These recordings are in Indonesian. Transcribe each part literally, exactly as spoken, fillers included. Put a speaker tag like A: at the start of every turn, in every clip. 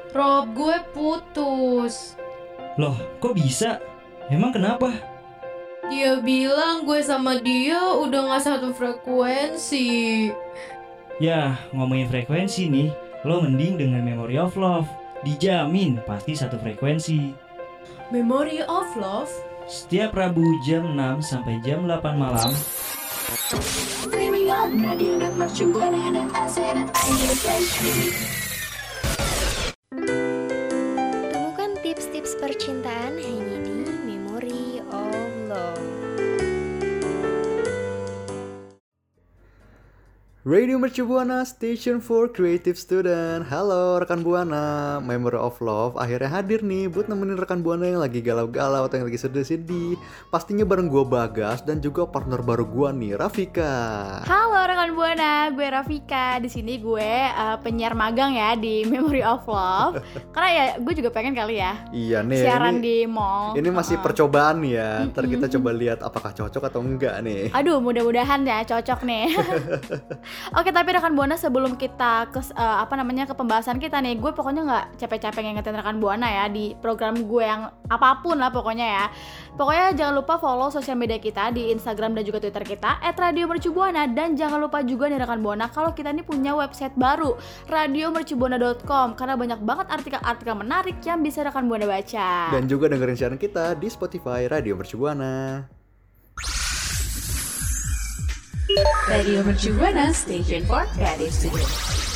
A: Rob, gue putus.
B: Loh, kok bisa? Emang kenapa?
A: Dia bilang gue sama dia udah gak satu frekuensi.
B: Ya, ngomongin frekuensi nih, lo mending dengan Memory of Love. Dijamin pasti satu frekuensi.
A: Memory of Love?
B: Setiap Rabu jam enam sampai jam delapan malam.
C: Temukan tips-tips percintaan hanya di Memory of Love.
D: Radio Mercu Buana, Station for Creative Student. Halo rekan Buana, Memory of Love akhirnya hadir nih buat nemenin rekan Buana yang lagi galau-galau atau yang lagi sedih-sedih. Pastinya bareng gue Bagas dan juga partner baru gue nih, Rafika.
E: Halo rekan Buana, gue Rafika. Di sini gue uh, penyiar magang ya di Memory of Love. Karena ya gue juga pengen kali ya
D: Iya nih,
E: siaran
D: ini,
E: di mall.
D: Ini masih
E: uh-uh.
D: percobaan ya. Ntar kita coba lihat apakah cocok atau enggak nih.
E: Aduh, mudah-mudahan ya cocok nih. Oke, tapi rekan Buana sebelum kita ke uh, apa namanya ke pembahasan kita nih, gue pokoknya nggak capek-capek ngingetin rekan Buana ya di program gue yang apapun lah pokoknya ya. Pokoknya jangan lupa follow sosial media kita di Instagram dan juga Twitter kita et radio mercu buana, dan jangan lupa juga nih rekan Buana kalau kita ini punya website baru radio mercu buana dot com karena banyak banget artikel-artikel menarik yang bisa rekan Buana baca.
D: Dan juga dengerin siaran kita di Spotify Radio Mercu Buana.
F: Radio Mercu Buana, Station for Creative Student.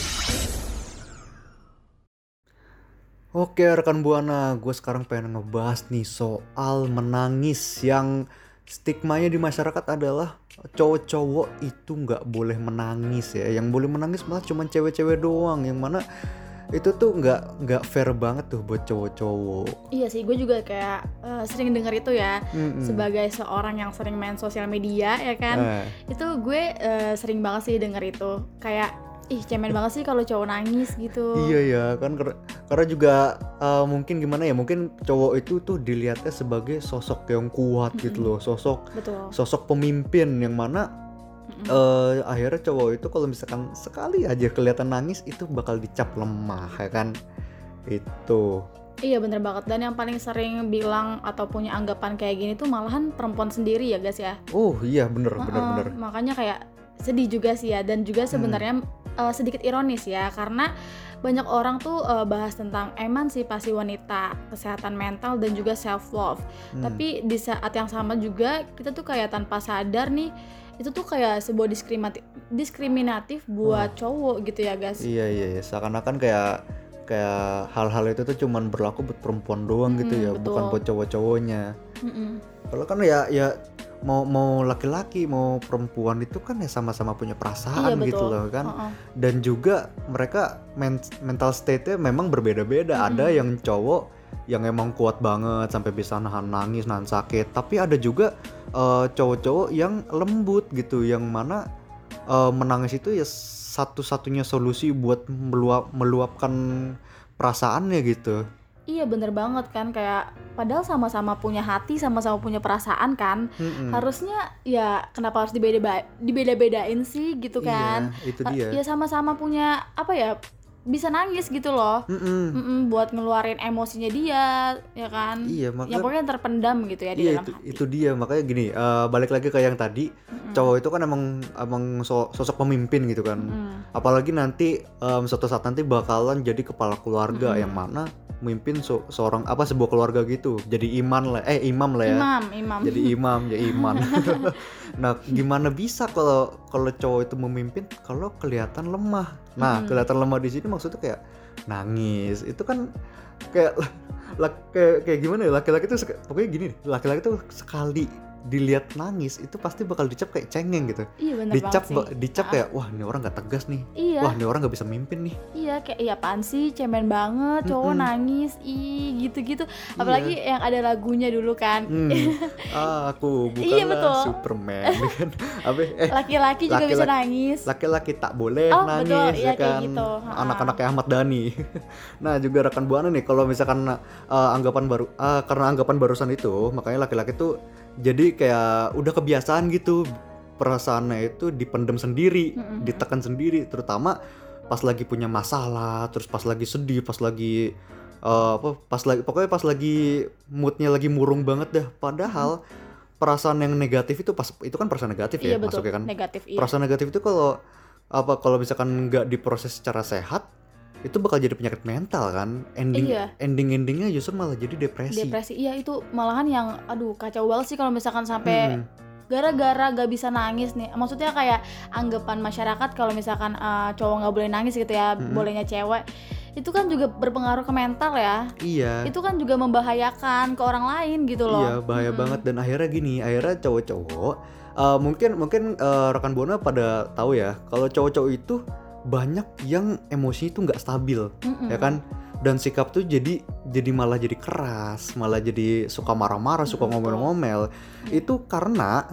D: Oke rekan Buana, gue sekarang pengen ngebahas nih soal menangis yang stigmanya di masyarakat adalah cowok-cowok itu nggak boleh menangis ya. Yang boleh menangis malah cuma cewek-cewek doang, yang mana itu tuh nggak nggak fair banget tuh buat cowok-cowok.
E: Iya sih, gue juga kayak uh, sering denger itu ya.
D: Mm-mm.
E: Sebagai seorang yang sering main sosial media ya kan,
D: Eh.
E: itu gue uh, sering banget sih denger itu. Kayak ih cemen banget sih kalau cowok nangis gitu.
D: Iya ya kan, ker- karena juga uh, mungkin gimana ya, mungkin cowok itu tuh dilihatnya sebagai sosok yang kuat
E: Mm-mm.
D: gitu loh, sosok
E: Betul.
D: sosok pemimpin yang mana Uh, akhirnya cowok itu kalau misalkan sekali aja kelihatan nangis itu bakal dicap lemah ya kan. Itu
E: Iya bener banget. Dan yang paling sering bilang atau punya anggapan kayak gini tuh malahan perempuan sendiri ya guys ya.
D: oh iya bener bener
E: Uh-uh,
D: bener.
E: Makanya kayak sedih juga sih ya. Dan juga sebenarnya uh, sedikit ironis ya, karena banyak orang tuh uh, bahas tentang emansipasi wanita, kesehatan mental dan juga self love.
D: Hmm.
E: Tapi di saat yang sama juga kita tuh kayak tanpa sadar nih, itu tuh kayak sebuah diskriminatif diskriminatif buat cowok gitu ya guys.
D: Iya iya iya, seakan-akan kayak kayak hal-hal itu tuh cuman berlaku buat perempuan doang gitu
E: Mm-mm,
D: ya,
E: betul.
D: bukan buat cowok-cowoknya.
E: Mm-mm.
D: Kalau kan ya ya mau mau laki-laki mau perempuan itu kan ya sama-sama punya perasaan
E: Iya, betul.
D: gitu loh kan.
E: Uh-uh.
D: Dan juga mereka men- mental state-nya memang berbeda-beda.
E: Mm-mm.
D: Ada yang cowok yang emang kuat banget sampai bisa nahan nangis, nahan sakit. Tapi ada juga uh, cowok-cowok yang lembut gitu, yang mana uh, menangis itu ya satu-satunya solusi buat meluap meluapkan perasaannya gitu.
E: Iya bener banget kan, kayak padahal sama-sama punya hati, sama-sama punya perasaan kan.
D: Mm-mm.
E: Harusnya ya kenapa harus dibeda dibeda-bedain sih gitu kan.
D: Iya, itu
E: Ha-
D: dia.
E: Ya sama-sama punya apa ya, bisa nangis gitu loh.
D: Mm-mm.
E: Mm-mm, buat ngeluarin emosinya dia ya kan.
D: Iya,
E: Yang
D: makanya
E: pokoknya terpendam gitu ya di
D: iya
E: dalam
D: itu,
E: hati.
D: itu dia, makanya gini, uh, balik lagi ke yang tadi.
E: Mm-mm.
D: Cowok itu kan emang emang so- sosok pemimpin gitu kan.
E: Mm-mm.
D: Apalagi nanti um, suatu saat nanti bakalan jadi kepala keluarga,
E: Mm-mm.
D: yang mana memimpin so- seorang apa sebuah keluarga gitu. Jadi iman lah, eh imam lah ya.
E: Imam, imam.
D: Jadi imam, ya iman. Nah, gimana bisa kalau kalau cowok itu memimpin kalau kelihatan lemah? Nah,
E: Mm-mm.
D: kelihatan lemah di sini maksudnya kayak nangis. Itu kan kayak la- kayak kayak gimana ya? Laki-laki tuh sek- pokoknya gini, laki-laki tuh sekali dilihat nangis itu pasti bakal dicap kayak cengeng gitu.
E: Iya bener
D: Dicap
E: banget
D: ba-
E: sih.
D: dicap
E: Ah,
D: kayak wah ini orang nggak tegas nih.
E: Iya.
D: Wah ini orang nggak bisa mimpin nih.
E: Iya kayak iya apaan sih, cemen banget cowok
D: Mm-mm.
E: nangis ih gitu-gitu. Apalagi yang ada lagunya dulu kan.
D: Hmm. Ah, aku
E: Iya, betul.
D: bukanlah Superman kan. Apa eh
E: Laki-laki juga bisa
D: laki-laki-
E: nangis.
D: laki-laki tak boleh
E: Oh,
D: nangis
E: betul.
D: ya
E: Iya, kayak
D: kan.
E: gitu. Ha-ha.
D: Anak-anaknya Ahmad Dhani. Nah, juga rekan Buana nih kalau misalkan uh, anggapan baru uh, karena anggapan barusan itu, makanya laki-laki tuh jadi kayak udah kebiasaan gitu perasaannya itu dipendam sendiri,
E: Mm-mm.
D: ditekan sendiri, terutama pas lagi punya masalah, terus pas lagi sedih, pas lagi uh, apa pas lagi pokoknya pas lagi moodnya lagi murung banget dah. Padahal hmm. perasaan yang negatif itu pas itu kan perasaan negatif
E: iya,
D: ya
E: betul.
D: masuknya kan.
E: Negatif, iya.
D: Perasaan negatif itu kalau apa kalau misalkan nggak diproses secara sehat itu bakal jadi penyakit mental kan. Ending
E: Iya.
D: ending-endingnya justru malah jadi depresi.
E: Depresi, iya itu malahan yang aduh kacau banget sih kalau misalkan sampai
D: Hmm.
E: gara-gara gak bisa nangis nih. Maksudnya kayak anggapan masyarakat kalau misalkan uh, cowok gak boleh nangis gitu ya,
D: Mm-mm.
E: bolehnya cewek. Itu kan juga berpengaruh ke mental ya.
D: Iya.
E: Itu kan juga membahayakan ke orang lain gitu loh.
D: Iya, bahaya
E: Mm-mm.
D: banget. Dan akhirnya gini, akhirnya cowok-cowok uh, mungkin mungkin uh, rekan Buana pada tahu ya, kalau cowok-cowok itu banyak yang emosi itu nggak stabil,
E: Mm-mm.
D: ya kan? Dan sikap tuh jadi jadi malah jadi keras, malah jadi suka marah-marah, suka
E: Mm, betul.
D: ngomel-ngomel. Itu karena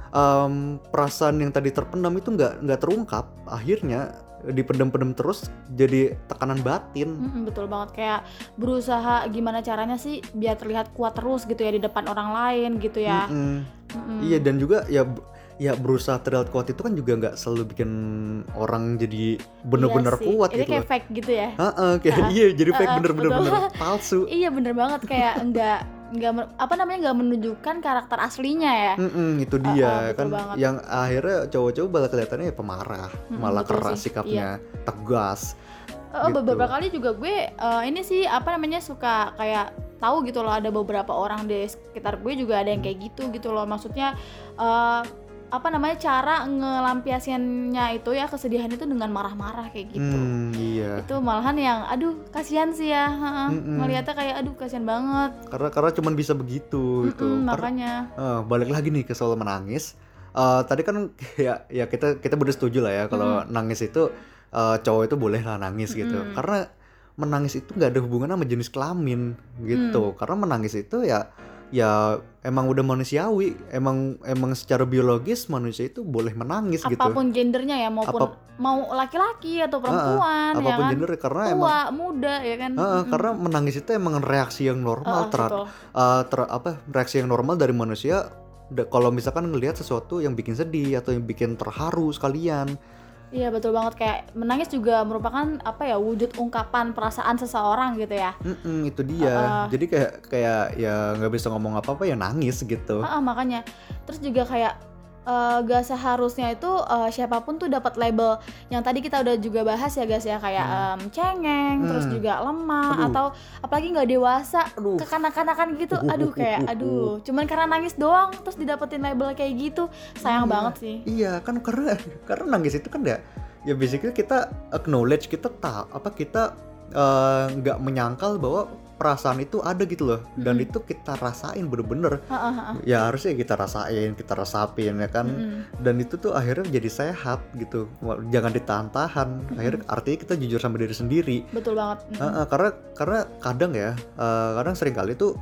D: um, perasaan yang tadi terpendam itu nggak nggak terungkap, akhirnya dipendam-pendam terus jadi tekanan batin.
E: Mm-mm, betul banget, kayak berusaha gimana caranya sih biar terlihat kuat terus gitu ya di depan orang lain gitu ya.
D: Mm-mm.
E: Mm-mm.
D: Iya, dan juga ya ya berusaha terlihat kuat itu kan juga nggak selalu bikin orang jadi bener-bener
E: Iya sih.
D: kuat
E: Ini
D: gitu
E: kayak
D: loh.
E: fake gitu ya.
D: Heeh, kayak
E: Ah,
D: iya jadi fake
E: ah,
D: bener-bener
E: betul.
D: bener palsu.
E: Iya bener banget, kayak enggak enggak men- apa namanya enggak menunjukkan karakter aslinya ya.
D: Mm-mm, itu
E: Ah,
D: dia
E: ah, betul
D: kan
E: banget.
D: yang akhirnya cowok-cowok malah kelihatannya ya pemarah,
E: Mm-mm,
D: malah
E: betul
D: keras
E: sih,
D: sikapnya, tegas.
E: Oh,
D: gitu.
E: beberapa kali juga gue eh, ini sih apa namanya suka kayak tahu gitu loh, ada beberapa orang di sekitar gue juga ada yang kayak gitu gitu loh. Maksudnya eh, apa namanya cara ngelampiasinnya itu ya kesedihan itu dengan marah-marah kayak gitu.
D: Hmm, iya.
E: Itu malahan yang aduh kasihan sih ya, heeh.
D: Mm-mm.
E: Ngeliatnya kayak aduh kasihan banget.
D: Karena karena cuman bisa begitu gitu.
E: Mm-mm,
D: Karena-
E: makanya.
D: Eh, balik lagi nih ke soal menangis. Eh, tadi kan ya ya kita kita udah setuju lah ya kalau nangis itu eh, cowok itu boleh lah nangis gitu.
E: Mm-mm.
D: Karena menangis itu nggak ada hubungan sama jenis kelamin gitu.
E: Mm.
D: Karena menangis itu ya ya emang udah manusiawi. Emang emang secara biologis manusia itu boleh menangis gitu.
E: Apapun gendernya ya, maupun
D: Apa-
E: mau laki-laki atau perempuan ya
D: Apapun
E: kan.
D: gender karena
E: Tua,
D: emang
E: muda ya kan.
D: Heeh,
E: Mm-mm.
D: karena menangis itu emang reaksi yang normal
E: Heeh,
D: ter-
E: betul.
D: uh, ter- apa reaksi yang normal dari manusia da- kalau misalkan ngelihat sesuatu yang bikin sedih atau yang bikin terharu sekalian.
E: Iya betul banget, kayak menangis juga merupakan apa ya, wujud ungkapan perasaan seseorang gitu ya.
D: Mm-mm, itu dia.
E: Heeh.
D: Jadi kayak kayak ya nggak bisa ngomong apa-apa ya nangis gitu.
E: Heeh, makanya terus juga kayak eh, gak seharusnya itu eh, siapapun tuh dapat label yang tadi kita udah juga bahas ya guys ya, kayak em, cengeng,
D: Hmm.
E: terus juga lemah,
D: Aduh.
E: atau apalagi nggak dewasa,
D: Aduh.
E: kekanak-kanakan gitu. Aduh kayak aduh, cuman karena nangis doang terus didapetin label kayak gitu, sayang
D: Iya.
E: banget sih.
D: Iya kan karena karena nangis itu kan ya ya basically kita acknowledge, kita tahu apa kita eh, nggak menyangkal bahwa perasaan itu ada gitu loh, dan
E: Mm-mm.
D: itu kita rasain bener-bener.
E: Heeh, heeh.
D: Ya harusnya kita rasain, kita resapin ya kan.
E: Mm-mm.
D: Dan itu tuh akhirnya jadi sehat gitu. Jangan ditahan-tahan. Akhirnya artinya kita jujur sama diri sendiri.
E: Betul banget. Mm-mm.
D: Uh, uh, karena karena kadang ya, uh, kadang sering kali tuh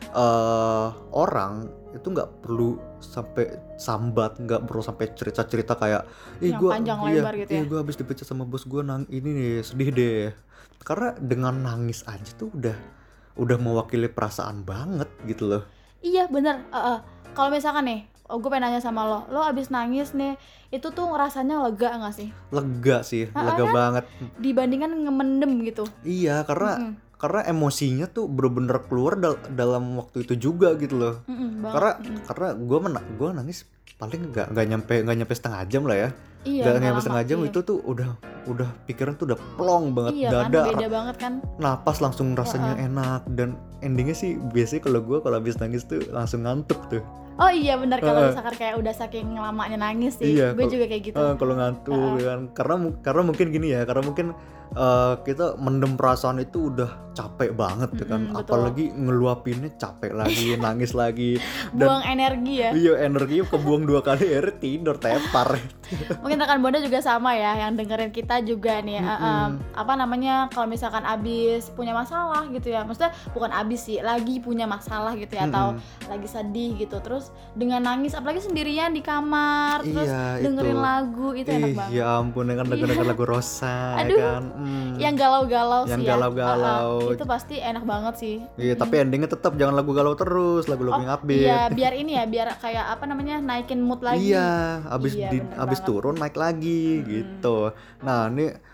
D: uh, orang itu nggak perlu sampai sambat, nggak perlu sampai cerita-cerita kayak, ih
E: Yang
D: gue,
E: panjang
D: iya,
E: lebar gitu
D: iya
E: ya.
D: gue habis dipecat sama bos gue, nang ini nih sedih deh. Karena dengan nangis aja tuh udah udah mewakili perasaan banget gitu loh.
E: Iya bener. Uh, uh. Kalau misalkan nih, oh, gue pengen nanya sama lo, lo abis nangis nih, itu tuh rasanya lega nggak sih?
D: Lega sih,
E: Ah,
D: lega
E: kan?
D: banget.
E: Dibandingkan ngemendem gitu.
D: Iya, karena
E: Mm-mm.
D: karena emosinya tuh bener-bener keluar dal- dalam waktu itu juga gitu loh.
E: Mm-mm, banget.
D: Karena
E: Mm-mm.
D: karena gue mena- gue nangis paling nggak nggak nyampe nggak nyampe setengah jam lah ya.
E: iya,
D: Nggak
E: nggak
D: nyampe
E: lama,
D: setengah jam
E: iya.
D: itu tuh udah udah pikiran tuh udah plong banget,
E: Iya kan,
D: dada,
E: beda banget kan.
D: napas langsung rasanya enak, dan endingnya sih biasanya kalau gue kalau habis nangis tuh langsung ngantuk tuh.
E: Oh iya benar, kalau
D: Uh-uh.
E: misalkan kayak udah saking lamanya nangis sih,
D: Iya,
E: gue
D: kalau-
E: juga kayak gitu.
D: Eh, kalau ngantuk
E: Uh-uh.
D: kan, karena mu- karena mungkin gini ya, karena mungkin eh, kita mendem perasaan itu udah capek banget ya kan,
E: Mm-mm, betul.
D: apalagi ngeluapinnya capek lagi, nangis lagi, dan
E: Buang energi ya.
D: iya energinya kebuang dua kali, akhirnya tidur tepar.
E: Mungkin rekan Bonda juga sama ya, yang dengerin kita juga nih. uh,
D: Mm-mm.
E: um, apa namanya, kalau misalkan abis punya masalah gitu ya, maksudnya bukan abis sih, lagi punya masalah gitu ya, atau
D: Mm-mm.
E: lagi sedih gitu, terus dengan nangis, apalagi sendirian di kamar, terus
D: Iya,
E: dengerin
D: itu.
E: lagu, itu enak
D: Ih,
E: banget.
D: ya ampun, ya kan denger-denger lagu Rosa, ya
E: Aduh,
D: kan. Hmm.
E: Yang galau-galau
D: Yang
E: sih ya.
D: galau-galau.
E: Uh-uh, itu pasti enak banget sih.
D: Iya, tapi endingnya tetap jangan lagu galau terus, lagu-lagu yang upbeat.
E: Iya, biar ini ya, biar kayak apa namanya, naikin mood lagi.
D: Iya, abis
E: Iya,
D: di,
E: bener
D: abis
E: banget.
D: turun naik lagi
E: Mm-mm.
D: gitu. Nah, ini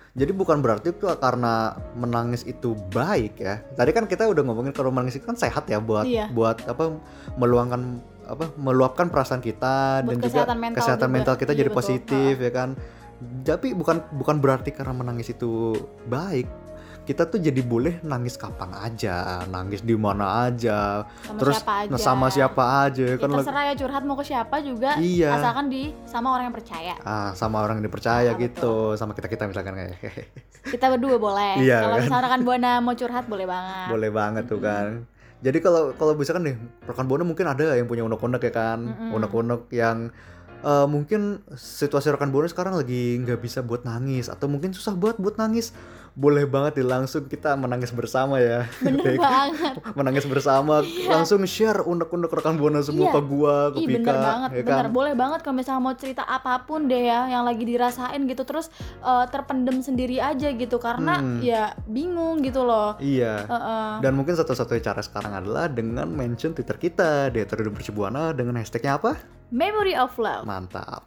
D: Jadi bukan berarti itu karena menangis itu baik ya. Tadi kan kita udah ngomongin kalau menangis itu kan sehat ya buat
E: Iya.
D: buat apa meluangkan apa meluapkan perasaan kita
E: Buat
D: dan juga
E: kesehatan mental
D: kesehatan
E: juga.
D: mental kita
E: Iya,
D: jadi
E: betul.
D: positif ya kan. Tapi bukan bukan berarti karena menangis itu baik. Kita tuh jadi boleh nangis kapan aja, nangis di mana aja,
E: Sama
D: terus
E: siapa aja.
D: sama siapa aja
E: Ya,
D: kan. lag-
E: terserah ya curhat mau ke siapa juga,
D: Iya.
E: asalkan di sama orang yang percaya.
D: Ah, sama orang yang dipercaya
E: Ah,
D: gitu, sama kita-kita misalkan kayak
E: Kita berdua boleh.
D: Iya,
E: Kalau
D: kan?
E: misalnya rekan Buana mau curhat boleh banget.
D: boleh banget tuh kan. Jadi kalau kalau misalkan nih rekan Buana mungkin ada yang punya unek-unek ya kan,
E: Mm-mm.
D: unek-unek yang eh, mungkin situasi rekan Buana sekarang lagi nggak bisa buat nangis atau mungkin susah buat buat nangis, boleh banget nih langsung kita menangis bersama ya.
E: Bener
D: Kayak
E: banget.
D: menangis bersama, langsung share unek-unek rekan Buana semua
E: Iya.
D: ke gua, ke
E: Ih
D: Pika,
E: bener banget,
D: ya
E: bener.
D: kan?
E: Boleh banget kalau misalnya mau cerita apapun deh ya yang lagi dirasain gitu, terus eh, terpendem sendiri aja gitu karena
D: Hmm.
E: ya bingung gitu loh.
D: Iya.
E: Heeh.
D: Dan mungkin satu-satunya cara sekarang adalah dengan mention Twitter kita di et radio merci buana dengan hashtagnya apa?
E: Memory of Love.
D: Mantap.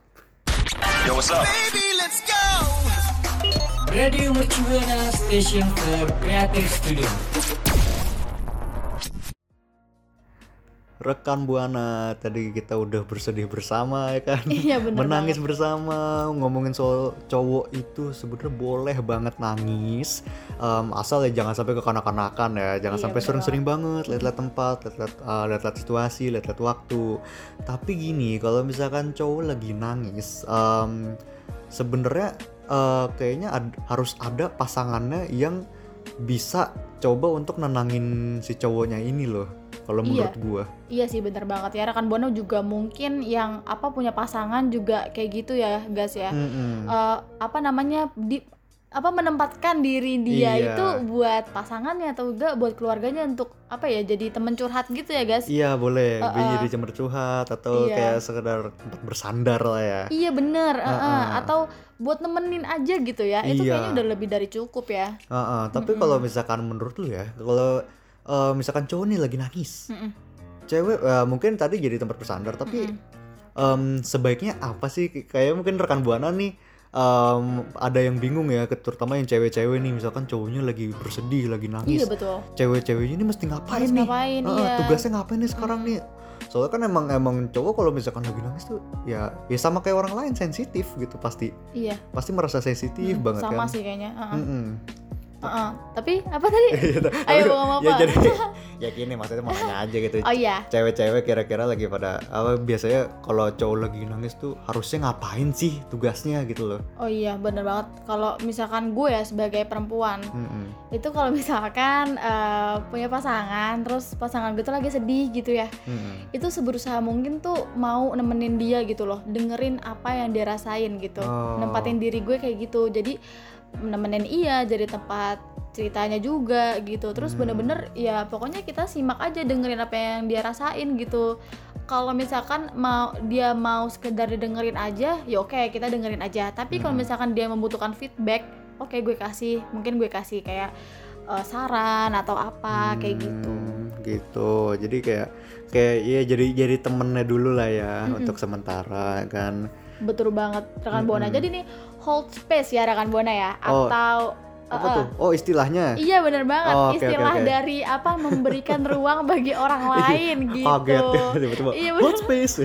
B: Radio Merci Buana, station for creative studio.
D: Rekan Buana, tadi kita udah bersedih bersama ya kan?
E: Iya, bener
D: Menangis
E: banget.
D: bersama, ngomongin soal cowok itu sebenarnya boleh banget nangis. Em, asal ya jangan sampai kekanak-kanakan ya, jangan
E: Iya,
D: sampai
E: bener
D: sering-sering banget lihat-lihat tempat, lihat-lihat uh, lihat-lihat situasi, lihat-lihat waktu. Tapi gini, kalau misalkan cowok lagi nangis, em, sebenarnya uh, kayaknya ad- harus ada pasangannya yang bisa coba untuk nenangin si cowoknya ini loh. Kalau
E: Iya.
D: menurut gua.
E: Iya sih bener banget ya, rekan Bono juga mungkin yang apa punya pasangan juga kayak gitu ya guys ya.
D: Mm-mm.
E: Eh, apa namanya di apa menempatkan diri dia
D: Iya.
E: itu buat pasangannya atau enggak buat keluarganya untuk apa ya jadi temen curhat gitu ya guys.
D: Iya boleh,
E: Uh-uh.
D: jadi jam curhat atau
E: Iya.
D: kayak sekedar tempat bersandar lah ya.
E: Iya bener, eh, eh.
D: Uh-uh.
E: Atau buat nemenin aja gitu ya. Itu
D: Iya.
E: kayaknya udah lebih dari cukup ya.
D: Uh-uh. Tapi
E: Mm-mm.
D: kalau misalkan menurut lu ya, kalau uh, misalkan cowok nih lagi nangis,
E: Mm-mm.
D: cewek uh, mungkin tadi jadi tempat bersandar, tapi
E: Mm-mm.
D: um, sebaiknya apa sih? Kayak mungkin rekan Buana nih um, ada yang bingung ya, terutama yang cewek-cewek nih, misalkan cowoknya lagi bersedih, lagi nangis,
E: Iya betul.
D: cewek-ceweknya ini mesti ngapain
E: Harus
D: nih?
E: ngapain,
D: Uh,
E: iya.
D: Tugasnya ngapain nih sekarang nih? Soalnya kan emang emang cowok kalau misalkan lagi nangis tuh ya ya sama kayak orang lain, sensitif gitu pasti.
E: Iya.
D: Pasti merasa sensitif
E: Hmm,
D: banget
E: sama
D: kan.
E: sih kayaknya. uh-uh.
D: Mm-mm.
E: Uh-uh. Tapi apa tadi?
D: Gitu.
E: Ayo,
D: Tapi,
E: ngomong
D: ya
E: apa?
D: jadi ya gini maksudnya mau nanya aja gitu.
E: Oh iya.
D: Cewek-cewek kira-kira lagi pada apa biasanya kalau cowok lagi nangis tuh harusnya ngapain sih tugasnya gitu loh.
E: Oh iya bener banget. Kalau misalkan gue ya sebagai perempuan
D: Mm-mm.
E: itu kalau misalkan eh, punya pasangan terus pasangan gue tuh lagi sedih gitu ya,
D: Mm-mm.
E: itu seberusaha mungkin tuh mau nemenin dia gitu loh, dengerin apa yang dia rasain gitu,
D: Oh.
E: nempatin diri gue kayak gitu, jadi nemenin iya jadi tempat ceritanya juga gitu, terus
D: Hmm.
E: bener-bener ya pokoknya kita simak aja dengerin apa yang dia rasain gitu. Kalau misalkan mau dia mau sekedar didengerin aja ya oke kita dengerin aja, tapi kalau
D: Hmm.
E: misalkan dia membutuhkan feedback oke gue kasih, mungkin gue kasih kayak eh, saran atau apa kayak gitu.
D: Hmm, gitu. Jadi kayak kayak ya jadi jadi temennya dulu lah ya
E: Mm-mm.
D: untuk sementara kan.
E: Betul banget rekan Buana.
D: Mm-mm.
E: Jadi nih hold space ya rekan Buana ya,
D: Oh,
E: atau
D: Apa
E: eh,
D: tuh? Oh, istilahnya.
E: iya bener banget,
D: Oh, oke, oke,
E: istilah
D: oke.
E: dari apa memberikan ruang bagi orang lain gitu.
D: Kaget ya tiba-tiba.
E: Iya,
D: Hot space.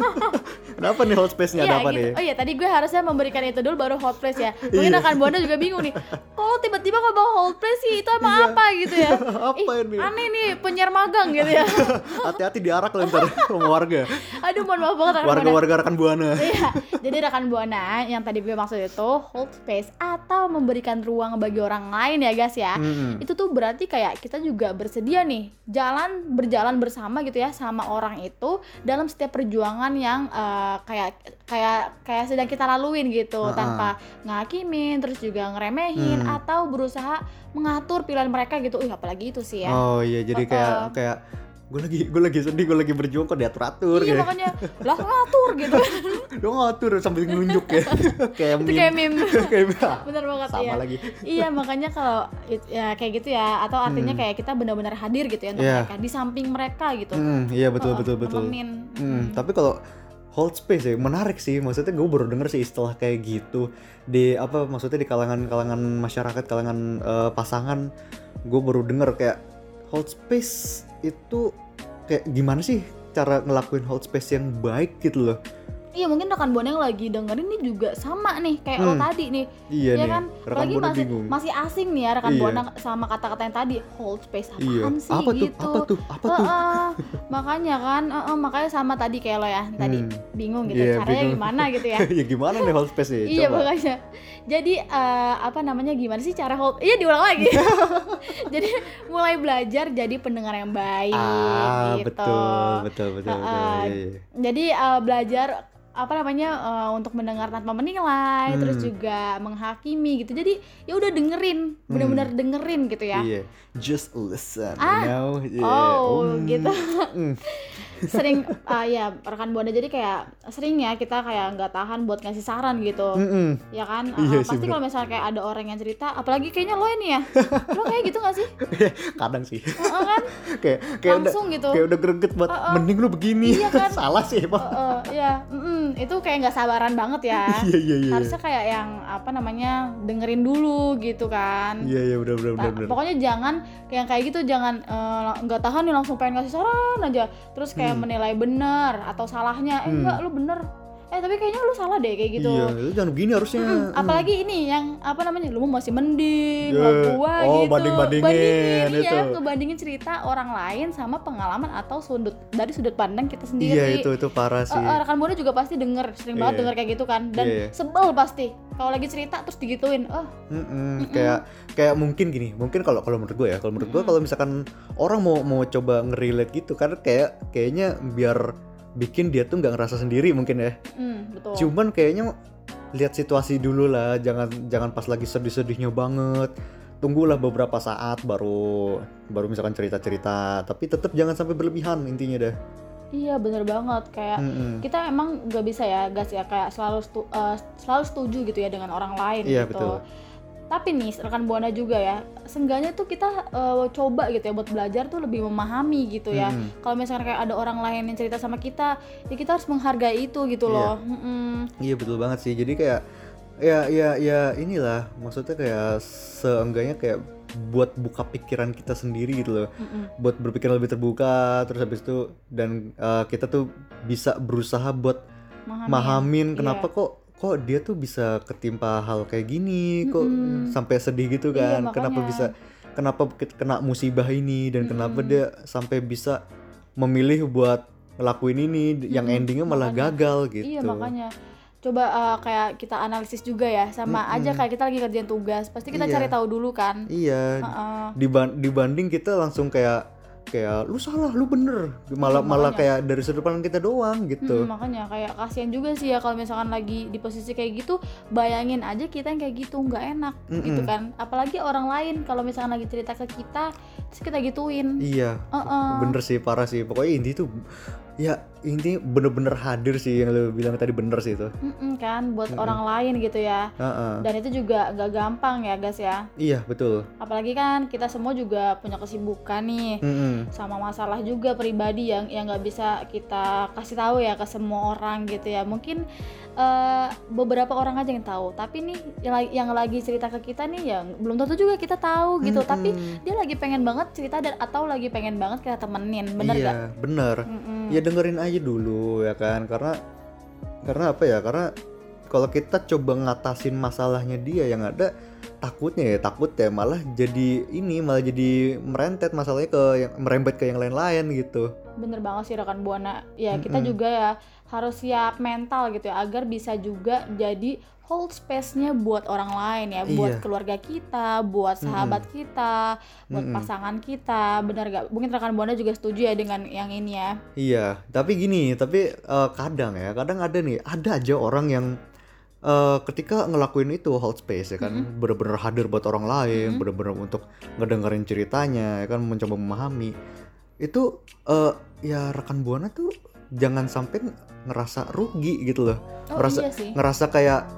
D: Kenapa nih hot space-nya
E: Iya
D: ada apa
E: gitu.
D: nih?
E: Oh iya tadi gue harusnya memberikan itu dulu baru hold place ya. Mungkin
D: Iya.
E: rekan Buana juga bingung nih. Kalau tiba-tiba ngomong hold place sih itu emang
D: Iya.
E: apa gitu ya?
D: Apa
E: Ih,
D: ini?
E: aneh nih penyiar magang gitu ya.
D: Hati-hati diarak loh ntar sama warga.
E: Aduh mohon maaf banget rekan Buana.
D: Warga-warga rekan Buana.
E: Iya, jadi rekan Buana yang tadi gue maksud itu hold space atau memberikan ruang bagi orang lain ya guys ya.
D: Mm-mm.
E: Itu tuh berarti kayak kita juga bersedia nih jalan berjalan bersama gitu ya sama orang itu dalam setiap perjuangan yang eh, kayak kayak kayak sedang kita laluin gitu,
D: Uh-uh.
E: tanpa ngakimin terus juga ngeremehin
D: Hmm.
E: atau berusaha mengatur pilihan mereka gitu. Ih apalagi itu sih ya.
D: Oh iya, jadi kayak
E: Uh-uh.
D: kayak gue lagi gue lagi sedih, gue lagi berjuang kok diatur-atur
E: Iya
D: gitu.
E: makanya lah ngatur gitu.
D: Lo ngatur sambil nunjuk ya. Kayak
E: Itu kayak meme.
D: Kayak meme.
E: Bener banget
D: Sama
E: ya.
D: lagi.
E: Iya makanya kalau it- ya kayak gitu ya, atau artinya
D: Hmm.
E: kayak kita benar-benar hadir gitu ya untuk
D: Iya.
E: mereka, di samping mereka gitu.
D: Hmm, iya betul
E: Heeh,
D: betul betul.
E: nemenin.
D: Hmm,
E: Mm.
D: tapi kalau hold space ya, menarik sih. Maksudnya gue baru denger sih istilah kayak gitu di apa maksudnya di kalangan-kalangan masyarakat, kalangan uh, pasangan. Gue baru denger kayak hold space itu kayak gimana sih cara ngelakuin hold space yang baik gitu loh.
E: Iya, mungkin rekan Buana yang lagi dengerin nih juga sama nih kayak lo
D: Hmm.
E: tadi nih.
D: Iya
E: Ya
D: nih,
E: kan?
D: rekan
E: Apalagi
D: Buana
E: masih
D: bingung.
E: masih asing nih ya rekan
D: Iya.
E: Buana sama kata-kata yang tadi, hold space
D: Iya.
E: apaan sih
D: Apa tuh?
E: gitu.
D: Apa tuh? Apa tuh?
E: Heeh. Makanya kan, heeh, makanya sama tadi kayak lo ya, tadi
D: Hmm.
E: bingung gitu
D: Iya,
E: caranya
D: bingung.
E: gimana gitu ya.
D: Ya gimana nih hold space ya?
E: Iya
D: Coba.
E: makanya. Jadi eh, apa namanya gimana sih cara hold? Iya diulang lagi. Jadi mulai belajar jadi pendengar yang baik
D: Ah,
E: gitu.
D: betul, betul, betul, betul.
E: Heeh.
D: Iya, iya.
E: Jadi eh, belajar apa namanya eh, untuk mendengar tanpa menilai,
D: Hmm.
E: terus juga menghakimi gitu. Jadi ya udah dengerin, benar-benar dengerin gitu ya.
D: Iya, just listen,
E: Ah,
D: you know. Yeah.
E: oh,
D: Mm,
E: gitu.
D: mm.
E: Sering ah ya rekan Buana jadi kayak sering ya kita kayak nggak tahan buat ngasih saran gitu.
D: Mm-mm.
E: Ya kan,
D: Iya
E: Eh,
D: sih,
E: pasti
D: bener.
E: kalau misalnya kayak ada orang yang cerita, apalagi kayaknya lo ini ya, lo kayak gitu nggak sih?
D: Kadang sih.
E: Heeh kan,
D: kayak kayak udah
E: langsung gitu.
D: kayak udah greget buat
E: Uh-uh.
D: mending lu begini.
E: Iya kan?
D: Salah sih emang.
E: Heeh, ya, mm-mm, itu kayak nggak sabaran banget ya.
D: Iya, iya, iya.
E: Harusnya kayak yang apa namanya dengerin dulu gitu kan.
D: Iya, iya, benar, benar,
E: Nah,
D: benar, benar.
E: pokoknya jangan kayak kayak gitu, jangan eh, nggak tahan nih langsung pengen ngasih saran aja, terus kayak
D: Hmm.
E: menilai bener atau salahnya, eh
D: Hmm.
E: enggak lu bener, eh tapi kayaknya lu salah deh kayak gitu.
D: Iya, lu jangan begini harusnya.
E: Mm-mm,
D: Mm.
E: apalagi ini yang apa namanya, lu masih mending,
D: Yeah.
E: lah gua
D: Oh,
E: gitu.
D: banding-bandingin
E: Bandingin,
D: itu.
E: iya, ngebandingin cerita orang lain sama pengalaman atau sudut dari sudut pandang kita sendiri.
D: Iya, itu itu parah sih.
E: Eh, eh, rekan Buana juga pasti denger, sering banget
D: Iya.
E: denger kayak gitu kan, dan
D: Iya, iya.
E: sebel pasti kalau lagi cerita terus digituin. Oh,
D: Mm-mm, kayak kayak mungkin gini, mungkin kalau kalau menurut gue ya, kalau menurut gue
E: Mm-mm.
D: kalau misalkan orang mau mau coba ngerelate gitu, karena kayak kayaknya biar bikin dia tuh nggak ngerasa sendiri mungkin ya.
E: mm, betul.
D: Cuman kayaknya lihat situasi dulu lah, jangan jangan pas lagi sedih-sedihnya banget. Tunggulah beberapa saat baru baru misalkan cerita-cerita, tapi tetap jangan sampai berlebihan intinya dah.
E: Iya bener banget, kayak
D: Mm-mm.
E: kita emang nggak bisa ya guys ya kayak selalu stu- eh, selalu setuju gitu ya dengan orang lain
D: Iya,
E: gitu.
D: betul.
E: Tapi nih rekan Buana juga ya, seenggaknya tuh kita eh, coba gitu ya buat belajar tuh lebih memahami gitu ya.
D: Mm-mm.
E: Kalau misalnya kayak ada orang lain yang cerita sama kita, ya kita harus menghargai itu gitu
D: Iya.
E: loh. Mm-mm.
D: Iya betul banget sih. Jadi kayak ya ya ya inilah maksudnya kayak seenggaknya kayak buat buka pikiran kita sendiri gitu loh.
E: Mm-mm.
D: Buat berpikir lebih terbuka terus habis itu dan uh, kita tuh bisa berusaha buat
E: Memahami.
D: mahamin
E: Iya.
D: kenapa kok kok dia tuh bisa ketimpa hal kayak gini, kok
E: Mm-mm.
D: sampai sedih gitu
E: Iya,
D: kan. Kenapa
E: makanya.
D: bisa kenapa ke- kena musibah ini dan kenapa
E: Mm-mm.
D: dia sampai bisa memilih buat ngelakuin ini yang
E: Mm-mm,
D: endingnya malah
E: makanya.
D: gagal gitu.
E: Iya makanya coba eh, kayak kita analisis juga ya, sama
D: Mm-mm.
E: aja kayak kita lagi kerjain tugas, pasti kita
D: Iya.
E: cari tahu dulu kan.
D: Iya,
E: Heeh.
D: diban- dibanding kita langsung kayak kayak lu salah, lu bener, malah
E: Iya,
D: malah
E: makanya.
D: kayak dari sudut pandang kita doang gitu.
E: Mm, makanya kayak kasihan juga sih ya kalau misalkan lagi di posisi kayak gitu, bayangin aja kita yang kayak gitu nggak enak
D: Mm-mm.
E: gitu kan, apalagi orang lain kalau misalkan lagi cerita ke kita terus kita gituin.
D: Iya,
E: Heeh.
D: bener sih, parah sih. Pokoknya inti tuh, ya inti bener-bener hadir sih yang lu bilang tadi bener sih itu.
E: Mm-mm, kan buat
D: Mm-mm.
E: orang lain gitu ya,
D: Heeh.
E: dan itu juga nggak gampang ya guys ya,
D: Iya betul.
E: apalagi kan kita semua juga punya kesibukan nih.
D: Mm-mm.
E: Sama masalah juga pribadi yang yang nggak bisa kita kasih tahu ya ke semua orang gitu ya, mungkin eh, beberapa orang aja yang tahu, tapi nih yang, lagi- yang lagi cerita ke kita nih yang belum tentu juga kita tahu gitu.
D: Mm-mm.
E: Tapi dia lagi pengen banget cerita dan atau lagi pengen banget kita temenin, bener
D: iya,
E: gak?
D: bener.
E: Mm-mm.
D: Ya dengerin aja dulu ya kan, karena karena apa ya? Karena kalau kita coba ngatasin masalahnya dia yang ada, takutnya ya takut ya malah jadi ini malah jadi merentet masalahnya ke yang merembet ke yang lain-lain gitu.
E: Bener banget sih rekan Buana ya, kita
D: Mm-mm.
E: juga ya harus siap mental gitu ya, agar bisa juga jadi hold space-nya buat orang lain ya, buat
D: Iya.
E: keluarga kita, buat sahabat kita, buat
D: Mm-mm.
E: pasangan kita, bener gak? Mungkin rekan Buana juga setuju ya dengan yang ini ya.
D: Iya, tapi gini, tapi eh, kadang ya, kadang ada nih, ada aja orang yang eh, ketika ngelakuin itu hold space ya kan,
E: Mm-mm.
D: bener-bener hadir buat orang lain,
E: Mm-mm.
D: bener-bener untuk ngedengerin ceritanya, ya kan, mencoba memahami. Itu eh, ya rekan Buana tuh jangan sampai ngerasa rugi gitu loh,
E: Oh
D: ngerasa
E: iya sih.
D: ngerasa kayak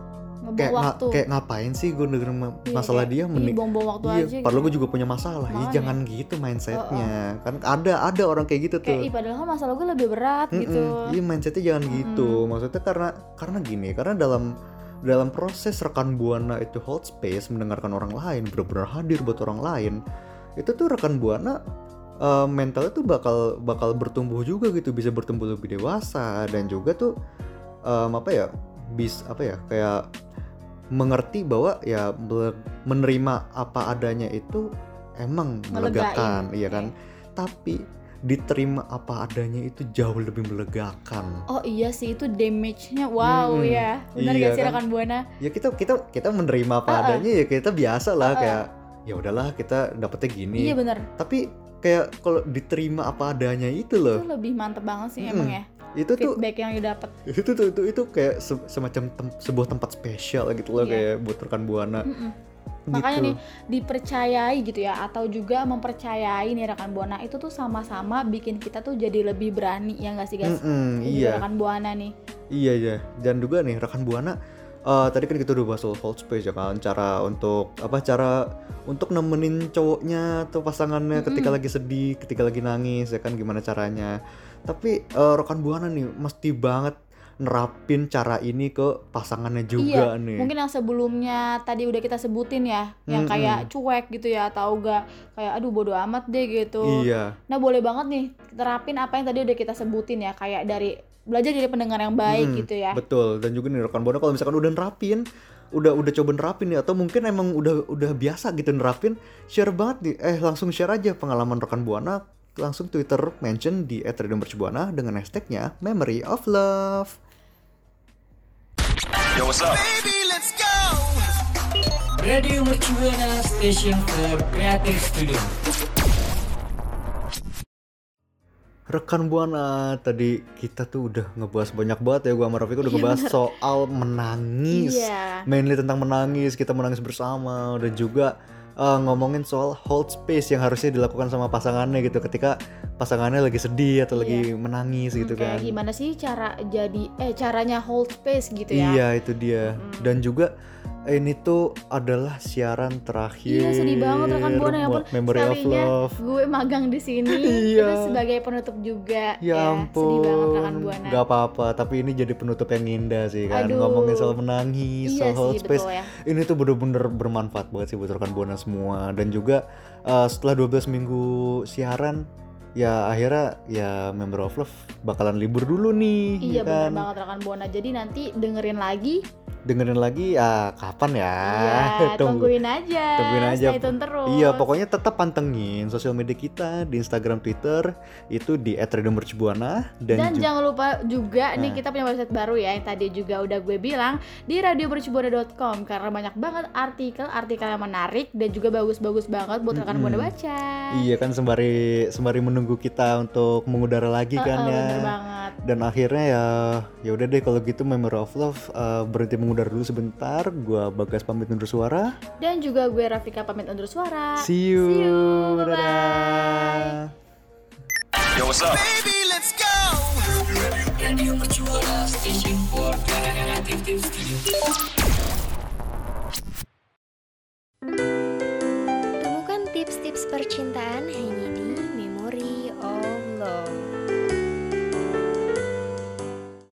E: Ngebuang
D: kayak nga-
E: waktu.
D: kayak ngapain sih gue dengerin ma-
E: Iya,
D: masalah
E: kayak,
D: dia
E: ih,
D: mending
E: buang-buang waktu
D: iya,
E: aja
D: padahal
E: gitu.
D: gue juga punya masalah. Ih,
E: Makanya.
D: jangan gitu mindsetnya. Kan ada ada orang kayak gitu tuh.
E: Kayak ih padahal kan masalah gue lebih berat gitu.
D: Mm-mm. Iya, mindsetnya jangan gitu. Maksudnya karena karena gini, karena dalam dalam proses rekan buana itu hold space, mendengarkan orang lain, benar-benar hadir buat orang lain, itu tuh rekan buana uh, mentalnya tuh bakal bakal bertumbuh juga gitu, bisa bertumbuh lebih dewasa dan juga tuh um, apa ya, bis apa ya kayak mengerti bahwa ya be- menerima apa adanya itu emang melegakan,
E: Melegain.
D: iya kan? Tapi diterima apa adanya itu jauh lebih melegakan.
E: Oh iya sih itu damage-nya wow
D: Hmm,
E: ya. Benar
D: iya
E: gak sih
D: kan?
E: rekan buana?
D: Ya kita kita kita menerima apa
E: Uh-uh.
D: adanya ya kita biasa lah
E: Uh-uh.
D: kayak ya udahlah kita dapetnya gini.
E: Iya benar.
D: Tapi kayak kalau diterima apa adanya itu loh.
E: Itu lebih mantep banget sih
D: Mm-mm.
E: emang ya.
D: Itu tuh
E: Feedback yang didapat.
D: itu tuh itu itu kayak se- semacam tem- sebuah tempat spesial gitu loh,
E: Iya.
D: kayak buat rekan buana.
E: Mm-mm.
D: Gitu.
E: Makanya nih dipercayai gitu ya atau juga mempercayai nih rekan buana itu tuh sama-sama bikin kita tuh jadi lebih berani ya nggak sih guys?
D: Mm-mm,
E: Dan juga
D: iya.
E: rekan buana nih.
D: Iya ya, dan juga nih rekan buana eh, tadi kan kita udah bahas soal hold space ya kan, cara untuk apa cara untuk nemenin cowoknya atau pasangannya
E: Mm-mm.
D: ketika lagi sedih, ketika lagi nangis ya kan, gimana caranya. Tapi eh, rekan buana nih mesti banget nerapin cara ini ke pasangannya juga
E: Iya,
D: nih.
E: mungkin yang sebelumnya tadi udah kita sebutin ya, yang
D: Mm-mm.
E: kayak cuek gitu ya atau enggak kayak aduh bodo amat deh gitu.
D: Iya.
E: Nah boleh banget nih terapin apa yang tadi udah kita sebutin ya, kayak dari belajar jadi pendengar yang baik
D: Mm-mm,
E: gitu ya.
D: Betul. Dan juga nih rekan buana kalau misalkan udah nerapin, udah udah coba nerapin ya, atau mungkin emang udah udah biasa gitu nerapin, share banget nih. Eh langsung share aja pengalaman rekan buana, langsung Twitter mention di et radio mercubuana dengan hashtagnya Memory of Love.
G: Yo, what's up?
B: Radio Mercubuana Station for Creative Studio.
D: Rekan buana, tadi kita tuh udah ngebahas banyak banget ya, gua sama Rafiq udah ngebahas soal menangis.
E: Iya.
D: Mainly tentang menangis, kita menangis bersama, dan juga uh, ngomongin soal hold space yang harusnya dilakukan sama pasangannya gitu ketika pasangannya lagi sedih atau lagi menangis gitu
E: Kayak
D: kan.
E: gimana sih cara jadi eh caranya hold space gitu ya?
D: Iya, itu dia. Dan juga ini tuh adalah siaran terakhir.
E: Iya sedih banget rekan buana ya
D: buat
E: ampun,
D: Memory of
E: sekalinya
D: Love.
E: gue magang di sini
D: Iya.
E: itu sebagai penutup juga
D: Ya ampun,
E: sedih banget rekan buana.
D: gak apa-apa, tapi ini jadi penutup yang indah sih kan.
E: Aduh.
D: Ngomongin soal menangis,
E: Iya
D: soal hold
E: sih,
D: space.
E: betul ya.
D: Ini tuh bener-bener bermanfaat banget sih buat rekan buana semua. Dan juga uh, setelah dua belas minggu siaran, ya akhirnya ya Member of Love bakalan libur dulu nih.
E: Iya
D: ya
E: benar
D: kan?
E: banget rekan buana. Jadi nanti dengerin lagi.
D: Dengerin lagi ya kapan ya?
E: Iya,
D: Tunggu.
E: tungguin aja.
D: Tungguin aja.
E: Stay tune terus.
D: Iya, pokoknya tetap pantengin sosial media kita di Instagram, Twitter itu di et radio mercubuana dan,
E: Dan
D: ju-
E: jangan lupa juga nih
D: Nah.
E: kita punya website baru ya yang tadi juga udah gue bilang di radio mercubuana dot com karena banyak banget artikel-artikel yang menarik dan juga bagus-bagus banget buat rekan
D: Mm-mm.
E: buana baca.
D: Iya kan, sembari sembari menunggu kita untuk mengudara lagi kan
E: Heeh,
D: ya.
E: bener banget.
D: Dan akhirnya ya ya udah deh kalau gitu Memory of Love uh, berhenti mengudara dulu sebentar. Gua Bagas pamit undur suara.
E: Dan juga gue Rafika pamit undur suara.
D: See you.
E: See you.
D: Dadah.
E: Bye-bye.
G: Yo, what's up?
B: Radio Mercubuana Station for Creative Studio.
C: Temukan tips-tips percintaan hanya